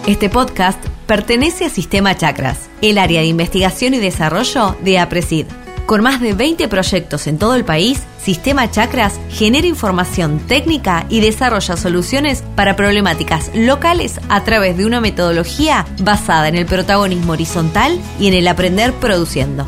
Este podcast pertenece a Sistema Chakras, el área de investigación y desarrollo de APRESID. Con más de 20 proyectos en todo el país, Sistema Chakras genera información técnica y desarrolla soluciones para problemáticas locales a través de una metodología basada en el protagonismo horizontal y en el aprender produciendo.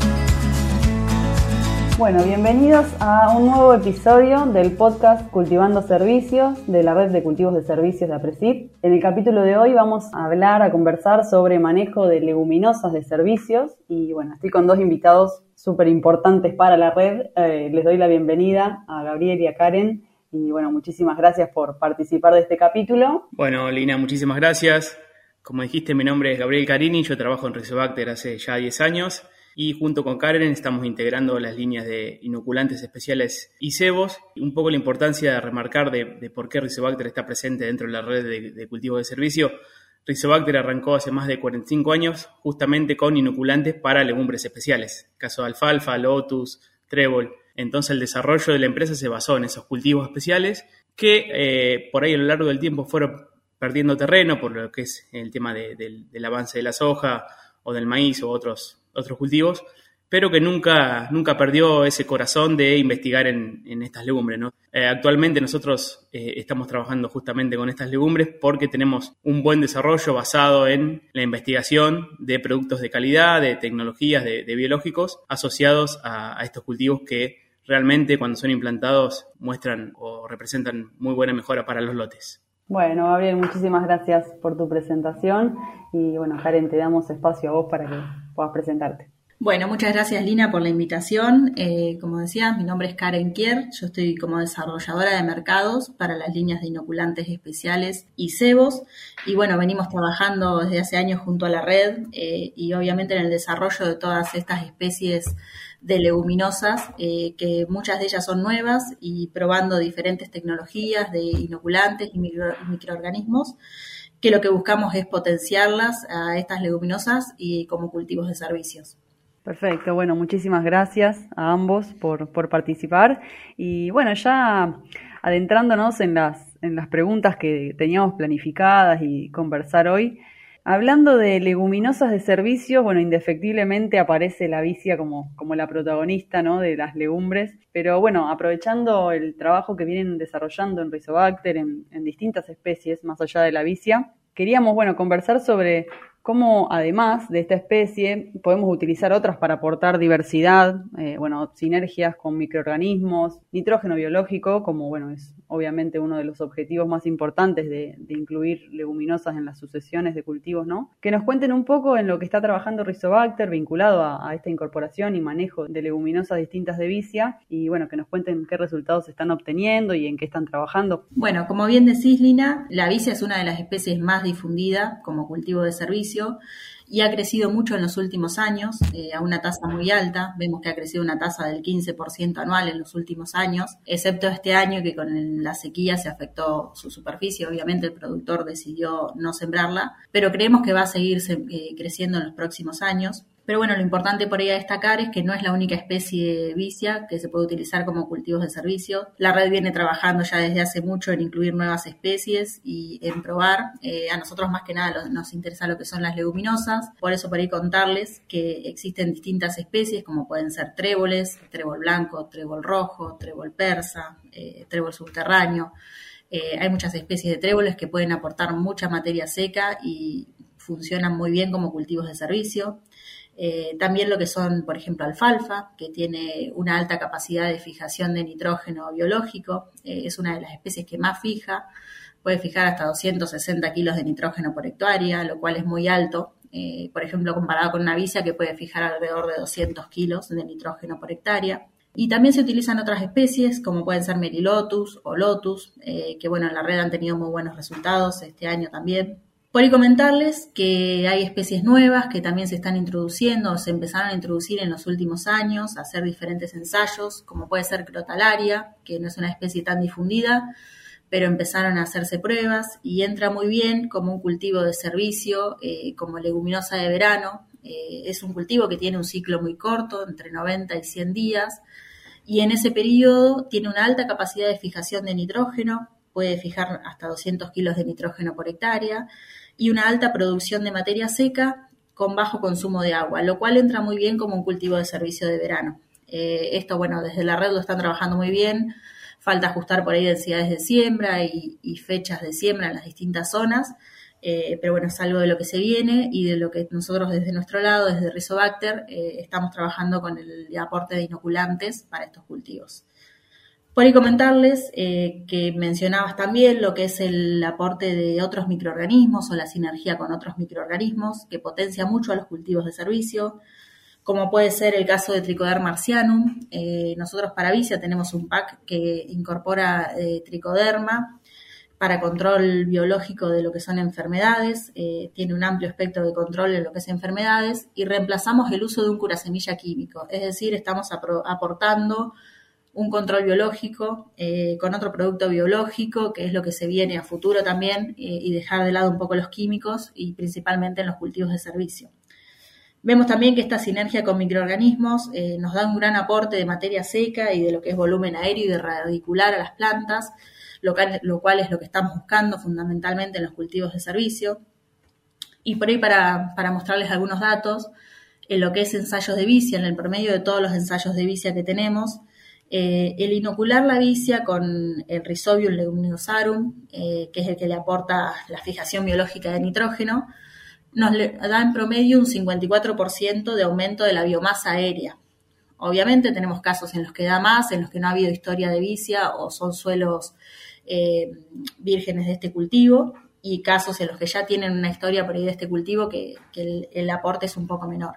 Bueno, bienvenidos a un nuevo episodio del podcast Cultivando Servicios de la Red de Cultivos de Servicios de APRESID. En el capítulo de hoy vamos a conversar sobre manejo de leguminosas de servicios y bueno, estoy con dos invitados súper importantes para la red. Les doy la bienvenida a Gabriel y a Karen y bueno, muchísimas gracias por participar de este capítulo. Bueno, Lina, muchísimas gracias. Como dijiste, mi nombre es Gabriel Carini, yo trabajo en Rizobacter hace ya 10 años. Y junto con Karen estamos integrando las líneas de inoculantes especiales y cebos. Un poco la importancia de remarcar de por qué Rizobacter está presente dentro de la red de cultivos de servicio. Rizobacter arrancó hace más de 45 años justamente con inoculantes para legumbres especiales. Caso de alfalfa, lotus, trébol. Entonces el desarrollo de la empresa se basó en esos cultivos especiales que por ahí a lo largo del tiempo fueron perdiendo terreno por lo que es el tema del avance de la soja o del maíz o otros cultivos, pero que nunca perdió ese corazón de investigar en estas legumbres, ¿no? Actualmente nosotros estamos trabajando justamente con estas legumbres porque tenemos un buen desarrollo basado en la investigación de productos de calidad, de tecnologías, de biológicos asociados a estos cultivos que realmente cuando son implantados muestran o representan muy buena mejora para los lotes. Bueno, Gabriel, muchísimas gracias por tu presentación y bueno, Karen, te damos espacio a vos para que puedas presentarte. Bueno, muchas gracias Lina por la invitación. Como decías, mi nombre es Karen Kier, yo estoy como desarrolladora de mercados para las líneas de inoculantes especiales y cebos y bueno, venimos trabajando desde hace años junto a la red y obviamente en el desarrollo de todas estas especies de leguminosas, que muchas de ellas son nuevas y probando diferentes tecnologías de inoculantes y microorganismos, que lo que buscamos es potenciarlas a estas leguminosas y como cultivos de servicios. Perfecto, bueno, muchísimas gracias a ambos por participar y bueno, ya adentrándonos en las preguntas que teníamos planificadas y conversar hoy, hablando de leguminosas de servicios, bueno, indefectiblemente aparece la vicia como la protagonista, ¿no?, de las legumbres, pero bueno, aprovechando el trabajo que vienen desarrollando en Rizobacter en distintas especies, más allá de la vicia, queríamos, bueno, conversar sobre cómo además de esta especie podemos utilizar otras para aportar diversidad, sinergias con microorganismos, nitrógeno biológico, como bueno, es obviamente uno de los objetivos más importantes de incluir leguminosas en las sucesiones de cultivos, ¿no? Que nos cuenten un poco en lo que está trabajando Rizobacter vinculado a esta incorporación y manejo de leguminosas distintas de vicia y bueno, que nos cuenten qué resultados están obteniendo y en qué están trabajando. Bueno, como bien decís, Lina, la vicia es una de las especies más difundidas como cultivo de servicio y ha crecido mucho en los últimos años, a una tasa muy alta. Vemos que ha crecido una tasa del 15% anual en los últimos años, excepto este año que con la sequía se afectó su superficie. Obviamente el productor decidió no sembrarla, pero creemos que va a seguir creciendo en los próximos años. Pero bueno, lo importante por ahí a destacar es que no es la única especie vicia que se puede utilizar como cultivos de servicio. La red viene trabajando ya desde hace mucho en incluir nuevas especies y en probar. A nosotros más que nada nos interesa lo que son las leguminosas. Por eso por ahí contarles que existen distintas especies como pueden ser tréboles, trébol blanco, trébol rojo, trébol persa, trébol subterráneo. Hay muchas especies de tréboles que pueden aportar mucha materia seca y funcionan muy bien como cultivos de servicio. También lo que son, por ejemplo, alfalfa, que tiene una alta capacidad de fijación de nitrógeno biológico, es una de las especies que más fija, puede fijar hasta 260 kilos de nitrógeno por hectárea, lo cual es muy alto, por ejemplo, comparado con una vicia que puede fijar alrededor de 200 kilos de nitrógeno por hectárea. Y también se utilizan otras especies, como pueden ser merilotus o lotus, que bueno, en la red han tenido muy buenos resultados este año también. Por ahí comentarles que hay especies nuevas que también se están introduciendo o se empezaron a introducir en los últimos años, a hacer diferentes ensayos, como puede ser crotalaria, que no es una especie tan difundida, pero empezaron a hacerse pruebas y entra muy bien como un cultivo de servicio, como leguminosa de verano. Es un cultivo que tiene un ciclo muy corto, entre 90 y 100 días, y en ese periodo tiene una alta capacidad de fijación de nitrógeno, puede fijar hasta 200 kilos de nitrógeno por hectárea, y una alta producción de materia seca con bajo consumo de agua, lo cual entra muy bien como un cultivo de servicio de verano. Esto, bueno, desde la red lo están trabajando muy bien, falta ajustar por ahí densidades de siembra y fechas de siembra en las distintas zonas, pero bueno, es algo de lo que se viene y de lo que nosotros desde nuestro lado, desde Rizobacter, estamos trabajando con el aporte de inoculantes para estos cultivos. Por ahí comentarles que mencionabas también lo que es el aporte de otros microorganismos o la sinergia con otros microorganismos que potencia mucho a los cultivos de servicio, como puede ser el caso de Trichoderma marcianum. Nosotros para Vicia tenemos un pack que incorpora Trichoderma para control biológico de lo que son enfermedades, tiene un amplio espectro de control en lo que es enfermedades y reemplazamos el uso de un curasemilla químico, es decir, estamos aportando un control biológico con otro producto biológico, que es lo que se viene a futuro también, y dejar de lado un poco los químicos y principalmente en los cultivos de servicio. Vemos también que esta sinergia con microorganismos nos da un gran aporte de materia seca y de lo que es volumen aéreo y de radicular a las plantas, lo cual es lo que estamos buscando fundamentalmente en los cultivos de servicio. Y por ahí para mostrarles algunos datos, en lo que es ensayos de vicia, en el promedio de todos los ensayos de vicia que tenemos, el inocular la vicia con el Rhizobium leguminosarum, que es el que le aporta la fijación biológica de nitrógeno, nos da en promedio un 54% de aumento de la biomasa aérea. Obviamente tenemos casos en los que da más, en los que no ha habido historia de vicia o son suelos vírgenes de este cultivo, y casos en los que ya tienen una historia por ahí de este cultivo que el aporte es un poco menor.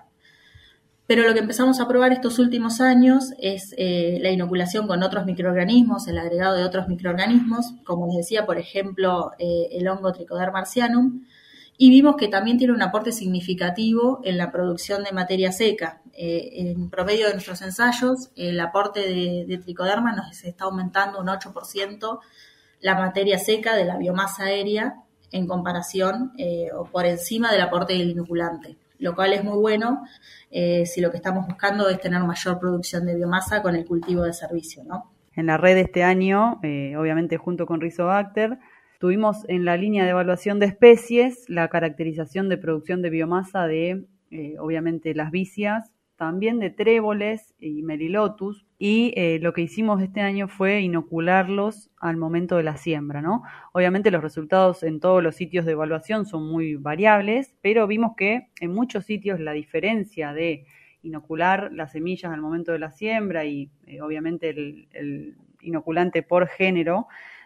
Pero lo que empezamos a probar estos últimos años es la inoculación con otros microorganismos, el agregado de otros microorganismos, como les decía, por ejemplo, el hongo Trichoderma marcianum, y vimos que también tiene un aporte significativo en la producción de materia seca. En promedio de nuestros ensayos, el aporte de Trichoderma nos está aumentando un 8% la materia seca de la biomasa aérea en comparación o por encima del aporte del inoculante, lo cual es muy bueno si lo que estamos buscando es tener mayor producción de biomasa con el cultivo de servicio, ¿no? En la red este año, obviamente junto con Rizobacter, tuvimos en la línea de evaluación de especies la caracterización de producción de biomasa de, obviamente, las vicias, también de tréboles y melilotus, y lo que hicimos este año fue inocularlos al momento de la siembra, ¿no? Obviamente los resultados en todos los sitios de evaluación son muy variables, pero vimos que en muchos sitios la diferencia de inocular las semillas al momento de la siembra y obviamente el inoculante por género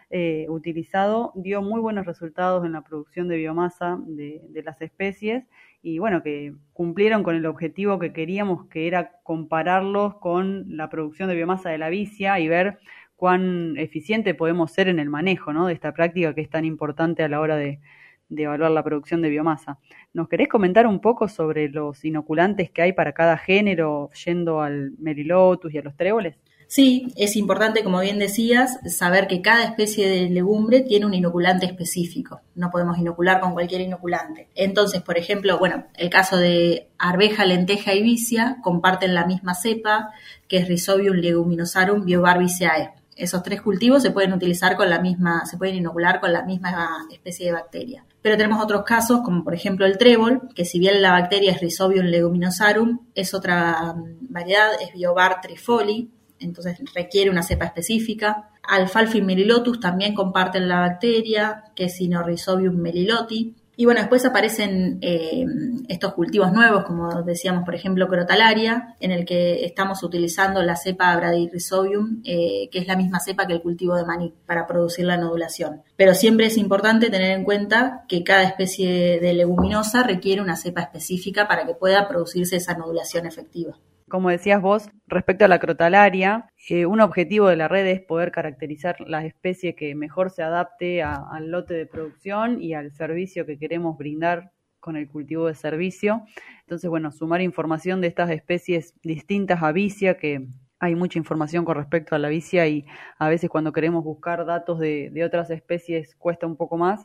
utilizado dio muy buenos resultados en la producción de biomasa de las especies y bueno, que cumplieron con el objetivo que queríamos, que era compararlos con la producción de biomasa de la vicia y ver cuán eficiente podemos ser en el manejo, ¿no?, de esta práctica que es tan importante a la hora de evaluar la producción de biomasa. ¿Nos querés comentar un poco sobre los inoculantes que hay para cada género, yendo al melilotus y a los tréboles? Sí, es importante, como bien decías, saber que cada especie de legumbre tiene un inoculante específico. No podemos inocular con cualquier inoculante. Entonces, por ejemplo, bueno, el caso de arveja, lenteja y vicia comparten la misma cepa, que es Rhizobium leguminosarum biobarbiceae. Esos tres cultivos se pueden utilizar se pueden inocular con la misma especie de bacteria. Pero tenemos otros casos, como por ejemplo el trébol, que si bien la bacteria es Rhizobium leguminosarum, es otra variedad, es Biobar trifoli, entonces requiere una cepa específica. Alfalfa y Melilotus también comparten la bacteria, que es Sinorhizobium meliloti. Y bueno, después aparecen estos cultivos nuevos, como decíamos, por ejemplo, Crotalaria, en el que estamos utilizando la cepa Bradyrhizobium, que es la misma cepa que el cultivo de maní, para producir la nodulación. Pero siempre es importante tener en cuenta que cada especie de leguminosa requiere una cepa específica para que pueda producirse esa nodulación efectiva. Como decías vos, respecto a la crotalaria, un objetivo de la red es poder caracterizar la especie que mejor se adapte al lote de producción y al servicio que queremos brindar con el cultivo de servicio. Entonces, bueno, sumar información de estas especies distintas a vicia, que hay mucha información con respecto a la vicia y a veces cuando queremos buscar datos de otras especies cuesta un poco más.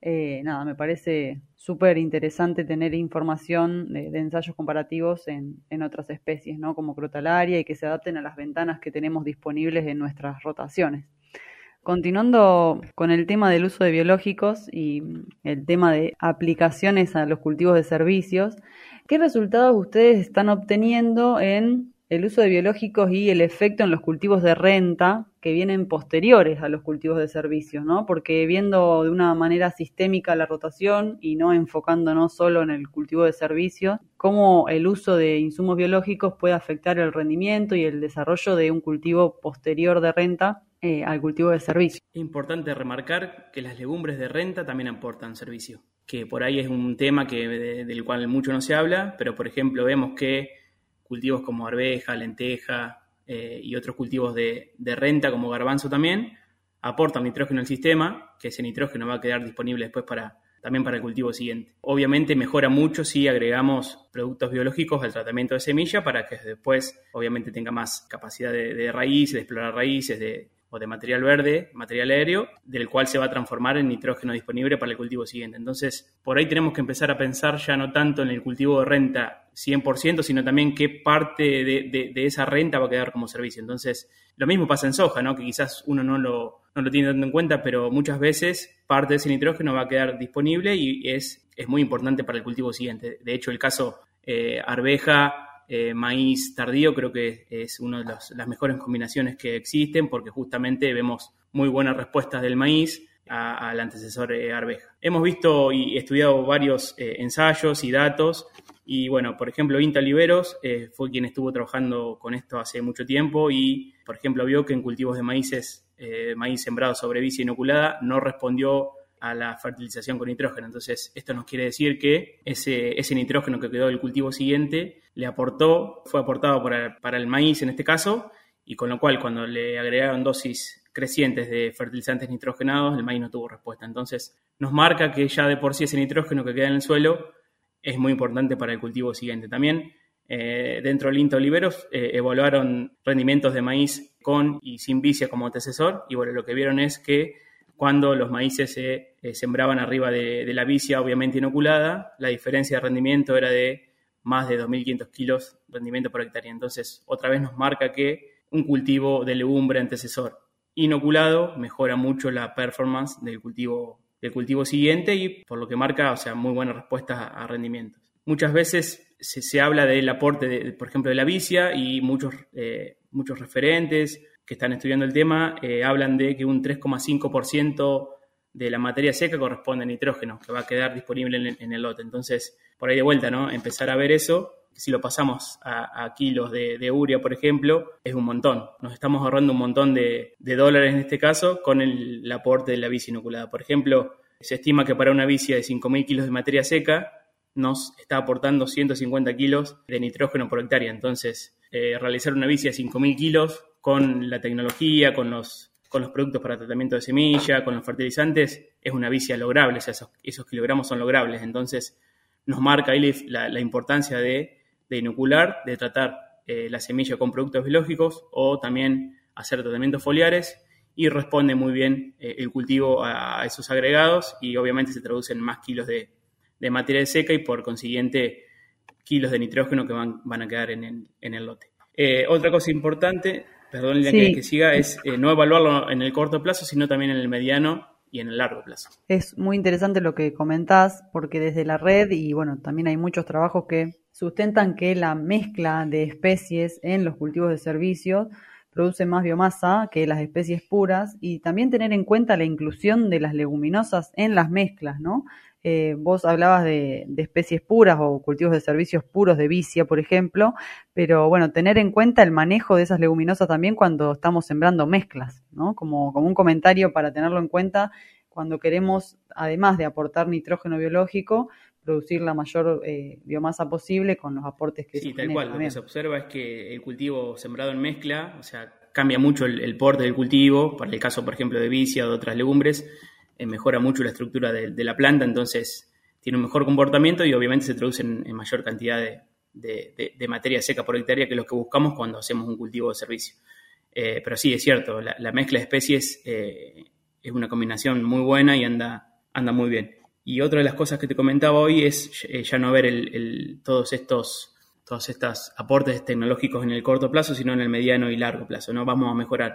Me parece súper interesante tener información de ensayos comparativos en otras especies, ¿no?, como crotalaria, y que se adapten a las ventanas que tenemos disponibles en nuestras rotaciones. Continuando con el tema del uso de biológicos y el tema de aplicaciones a los cultivos de servicios, ¿qué resultados ustedes están obteniendo en el uso de biológicos y el efecto en los cultivos de renta que vienen posteriores a los cultivos de servicios, ¿no? Porque viendo de una manera sistémica la rotación y no enfocándonos solo en el cultivo de servicios, cómo el uso de insumos biológicos puede afectar el rendimiento y el desarrollo de un cultivo posterior de renta al cultivo de servicio. Es importante remarcar que las legumbres de renta también aportan servicio, que por ahí es un tema del cual mucho no se habla, pero por ejemplo vemos que cultivos como arveja, lenteja y otros cultivos de renta como garbanzo también aportan nitrógeno al sistema, que ese nitrógeno va a quedar disponible después también para el cultivo siguiente. Obviamente mejora mucho si agregamos productos biológicos al tratamiento de semilla para que después obviamente tenga más capacidad de raíces, de explorar raíces, o de material verde, material aéreo, del cual se va a transformar en nitrógeno disponible para el cultivo siguiente. Entonces, por ahí tenemos que empezar a pensar ya no tanto en el cultivo de renta 100%, sino también qué parte de esa renta va a quedar como servicio. Entonces, lo mismo pasa en soja, ¿no? Que quizás uno no lo tiene tanto en cuenta, pero muchas veces parte de ese nitrógeno va a quedar disponible y es muy importante para el cultivo siguiente. De hecho, el caso arveja, maíz tardío creo que es una de las mejores combinaciones que existen porque justamente vemos muy buenas respuestas del maíz al antecesor arveja. Hemos visto y estudiado varios ensayos y datos y bueno, por ejemplo, INTA Oliveros fue quien estuvo trabajando con esto hace mucho tiempo y por ejemplo vio que en cultivos de maíz sembrado sobre vicia inoculada no respondió a la fertilización con nitrógeno. Entonces, esto nos quiere decir que ese nitrógeno que quedó del cultivo siguiente fue aportado para el maíz en este caso, y con lo cual cuando le agregaron dosis crecientes de fertilizantes nitrogenados, el maíz no tuvo respuesta. Entonces, nos marca que ya de por sí ese nitrógeno que queda en el suelo es muy importante para el cultivo siguiente. También, dentro del INTA Oliveros, evaluaron rendimientos de maíz con y sin vicia como antecesor, y bueno, lo que vieron es que cuando los maíces se sembraban arriba de la vicia, obviamente inoculada, la diferencia de rendimiento era de más de 2.500 kilos de rendimiento por hectárea. Entonces, otra vez nos marca que un cultivo de legumbre antecesor inoculado mejora mucho la performance del cultivo siguiente y por lo que marca, o sea, muy buenas respuestas a rendimientos. Muchas veces se habla del aporte, por ejemplo, de la vicia y muchos referentes que están estudiando el tema hablan de que un 3,5% de la materia seca corresponde a nitrógeno, que va a quedar disponible en el lote. Entonces, por ahí de vuelta, ¿no? Empezar a ver eso. Si lo pasamos a kilos de urea, por ejemplo, es un montón. Nos estamos ahorrando un montón de dólares en este caso con el aporte de la vicia inoculada. Por ejemplo, se estima que para una vicia de 5.000 kilos de materia seca nos está aportando 150 kilos de nitrógeno por hectárea. Entonces, realizar una vicia de 5.000 kilos con la tecnología, con los productos para tratamiento de semilla, con los fertilizantes, es una vicia lograble, o sea, esos kilogramos son logrables. Entonces, nos marca ahí la importancia de inocular, de tratar la semilla con productos biológicos o también hacer tratamientos foliares y responde muy bien el cultivo a esos agregados y obviamente se traducen más kilos de materia seca y por consiguiente kilos de nitrógeno que van a quedar en el lote. Otra cosa importante, perdón Lina, sí, que siga, es no evaluarlo en el corto plazo, sino también en el mediano y en el largo plazo. Es muy interesante lo que comentás, porque desde la red, y bueno, también hay muchos trabajos que sustentan que la mezcla de especies en los cultivos de servicios produce más biomasa que las especies puras, y también tener en cuenta la inclusión de las leguminosas en las mezclas, ¿no? Vos hablabas de especies puras o cultivos de servicios puros de vicia, por ejemplo, pero bueno, tener en cuenta el manejo de esas leguminosas también cuando estamos sembrando mezclas, ¿no? Como un comentario para tenerlo en cuenta cuando queremos, además de aportar nitrógeno biológico, producir la mayor biomasa posible con los aportes que se Sí, tal generan cual. también. Lo que se observa es que el cultivo sembrado en mezcla, o sea, cambia mucho el porte del cultivo, para el caso, por ejemplo, de vicia o de otras legumbres, mejora mucho la estructura de la planta, entonces tiene un mejor comportamiento y obviamente se traduce en mayor cantidad de materia seca por hectárea, que es lo que buscamos cuando hacemos un cultivo de servicio. Pero sí, es cierto, la mezcla de especies es una combinación muy buena y anda muy bien. Y otra de las cosas que te comentaba hoy es ya no ver todos estos aportes tecnológicos en el corto plazo, sino en el mediano y largo plazo, ¿no? Vamos a mejorar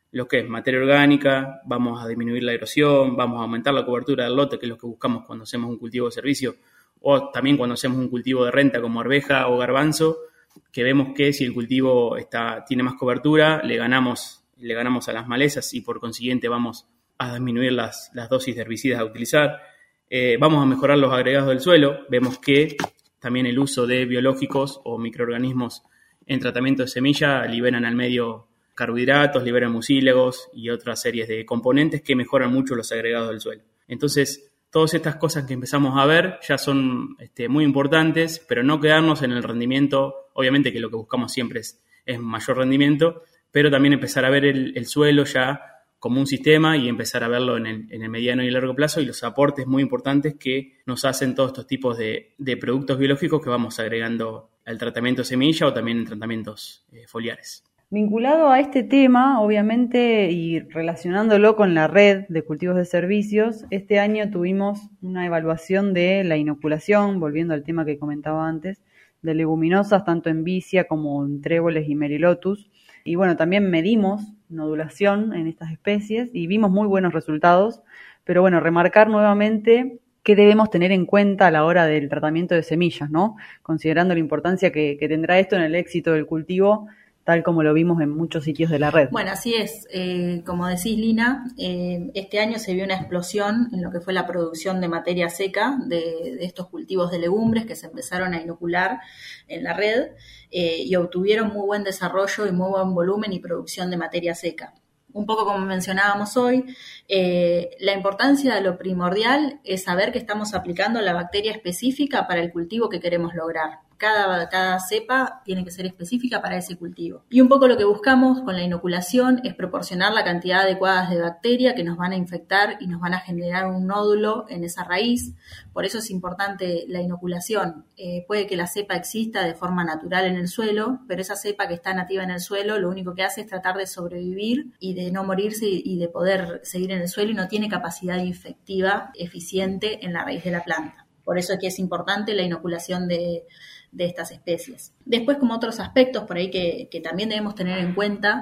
lo que es materia orgánica, vamos a disminuir la erosión, vamos a aumentar la cobertura del lote, que es lo que buscamos cuando hacemos un cultivo de servicio, o también cuando hacemos un cultivo de renta como arveja o garbanzo, que vemos que si el cultivo tiene más cobertura, le ganamos a las malezas y por consiguiente vamos a disminuir las dosis de herbicidas a utilizar. Vamos a mejorar los agregados del suelo. Vemos que también el uso de biológicos o microorganismos en tratamiento de semilla liberan al medio carbohidratos, liberan mucílagos y otras series de componentes que mejoran mucho los agregados del suelo. Entonces, todas estas cosas que empezamos a ver ya son muy importantes, pero no quedarnos en el rendimiento. Obviamente que lo que buscamos siempre es mayor rendimiento, pero también empezar a ver el suelo ya como un sistema y empezar a verlo en el mediano y el largo plazo y los aportes muy importantes que nos hacen todos estos tipos de productos biológicos que vamos agregando al tratamiento de semilla o también en tratamientos foliares. Vinculado a este tema, obviamente, y relacionándolo con la red de cultivos de servicios, este año tuvimos una evaluación de la inoculación, volviendo al tema que comentaba antes, de leguminosas, tanto en vicia como en tréboles y merilotus. Y bueno, también medimos nodulación en estas especies y vimos muy buenos resultados, pero bueno, remarcar nuevamente qué debemos tener en cuenta a la hora del tratamiento de semillas, ¿no? Considerando la importancia que tendrá esto en el éxito del cultivo, tal como lo vimos en muchos sitios de la red. Bueno, así es. Como decís, Lina, este año se vio una explosión en lo que fue la producción de materia seca de estos cultivos de legumbres que se empezaron a inocular en la red y obtuvieron muy buen desarrollo y muy buen volumen y producción de materia seca. Un poco como mencionábamos hoy, la importancia de lo primordial es saber que estamos aplicando la bacteria específica para el cultivo que queremos lograr. Cada cepa tiene que ser específica para ese cultivo. Y un poco lo que buscamos con la inoculación es proporcionar la cantidad adecuada de bacteria que nos van a infectar y nos van a generar un nódulo en esa raíz. Por eso es importante la inoculación. Puede que la cepa exista de forma natural en el suelo, pero esa cepa que está nativa en el suelo lo único que hace es tratar de sobrevivir y de no morirse y de poder seguir en el suelo y no tiene capacidad infectiva eficiente en la raíz de la planta. Por eso es que es importante la inoculación de estas especies. Después, como otros aspectos por ahí que también debemos tener en cuenta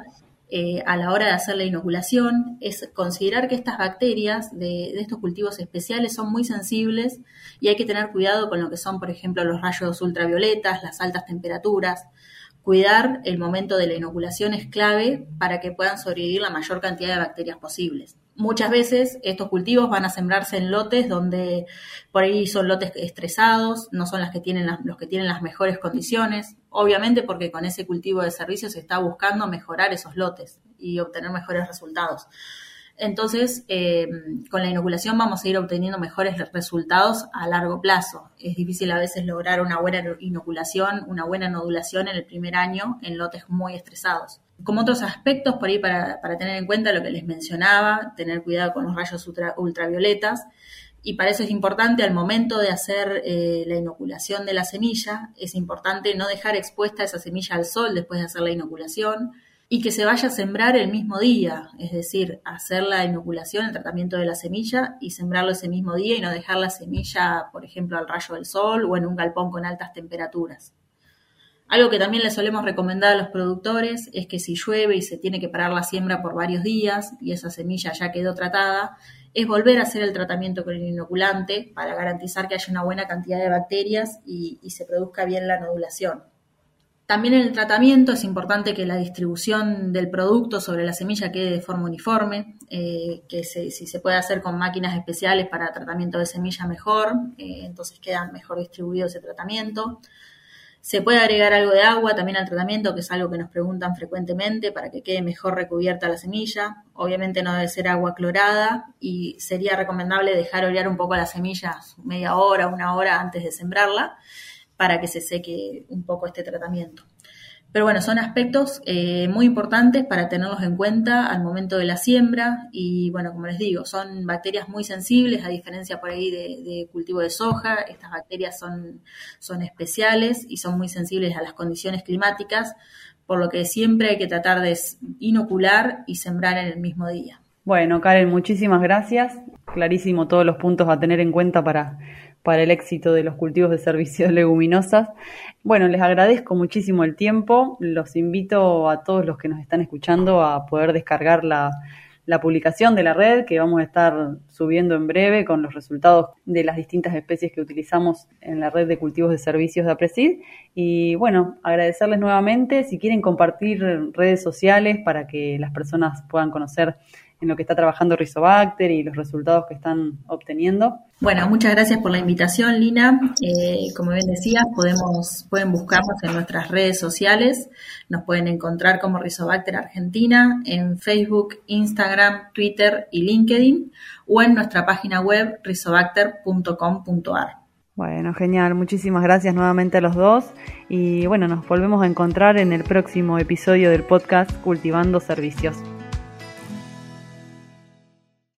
a la hora de hacer la inoculación, es considerar que estas bacterias de estos cultivos especiales son muy sensibles y hay que tener cuidado con lo que son, por ejemplo, los rayos ultravioletas, las altas temperaturas. Cuidar el momento de la inoculación es clave para que puedan sobrevivir la mayor cantidad de bacterias posibles. Muchas veces estos cultivos van a sembrarse en lotes donde por ahí son lotes estresados, no son los que tienen las mejores condiciones, obviamente porque con ese cultivo de servicio se está buscando mejorar esos lotes y obtener mejores resultados. Entonces, con la inoculación vamos a ir obteniendo mejores resultados a largo plazo. Es difícil a veces lograr una buena inoculación, una buena nodulación en el primer año en lotes muy estresados. Como otros aspectos por ahí para tener en cuenta lo que les mencionaba, tener cuidado con los rayos ultravioletas, y para eso es importante al momento de hacer la inoculación de la semilla, es importante no dejar expuesta esa semilla al sol después de hacer la inoculación y que se vaya a sembrar el mismo día, es decir, hacer la inoculación, el tratamiento de la semilla y sembrarlo ese mismo día y no dejar la semilla, por ejemplo, al rayo del sol o en un galpón con altas temperaturas. Algo que también les solemos recomendar a los productores es que si llueve y se tiene que parar la siembra por varios días y esa semilla ya quedó tratada, es volver a hacer el tratamiento con el inoculante para garantizar que haya una buena cantidad de bacterias y se produzca bien la nodulación. También en el tratamiento es importante que la distribución del producto sobre la semilla quede de forma uniforme, si se puede hacer con máquinas especiales para tratamiento de semilla mejor, entonces queda mejor distribuido ese tratamiento. Se puede agregar algo de agua también al tratamiento, que es algo que nos preguntan frecuentemente para que quede mejor recubierta la semilla. Obviamente no debe ser agua clorada y sería recomendable dejar orear un poco la semilla media hora, una hora antes de sembrarla para que se seque un poco este tratamiento. Pero bueno, son aspectos muy importantes para tenerlos en cuenta al momento de la siembra y bueno, como les digo, son bacterias muy sensibles a diferencia por ahí de cultivo de soja. Estas bacterias son especiales y son muy sensibles a las condiciones climáticas, por lo que siempre hay que tratar de inocular y sembrar en el mismo día. Bueno, Karen, muchísimas gracias. Clarísimo todos los puntos a tener en cuenta para para el éxito de los cultivos de servicio de leguminosas. Bueno, les agradezco muchísimo el tiempo. Los invito a todos los que nos están escuchando a poder descargar la publicación de la red que vamos a estar subiendo en breve con los resultados de las distintas especies que utilizamos en la red de cultivos de servicios de APRESID. Y bueno, agradecerles nuevamente. Si quieren compartir redes sociales para que las personas puedan conocer en lo que está trabajando Rizobacter y los resultados que están obteniendo. Bueno, muchas gracias por la invitación, Lina. Como bien decías, pueden buscarnos en nuestras redes sociales. Nos pueden encontrar como Rizobacter Argentina en Facebook, Instagram, Twitter y LinkedIn, o en nuestra página web rizobacter.com.ar. Bueno, genial. Muchísimas gracias nuevamente a los dos. Y bueno, nos volvemos a encontrar en el próximo episodio del podcast Cultivando Servicios.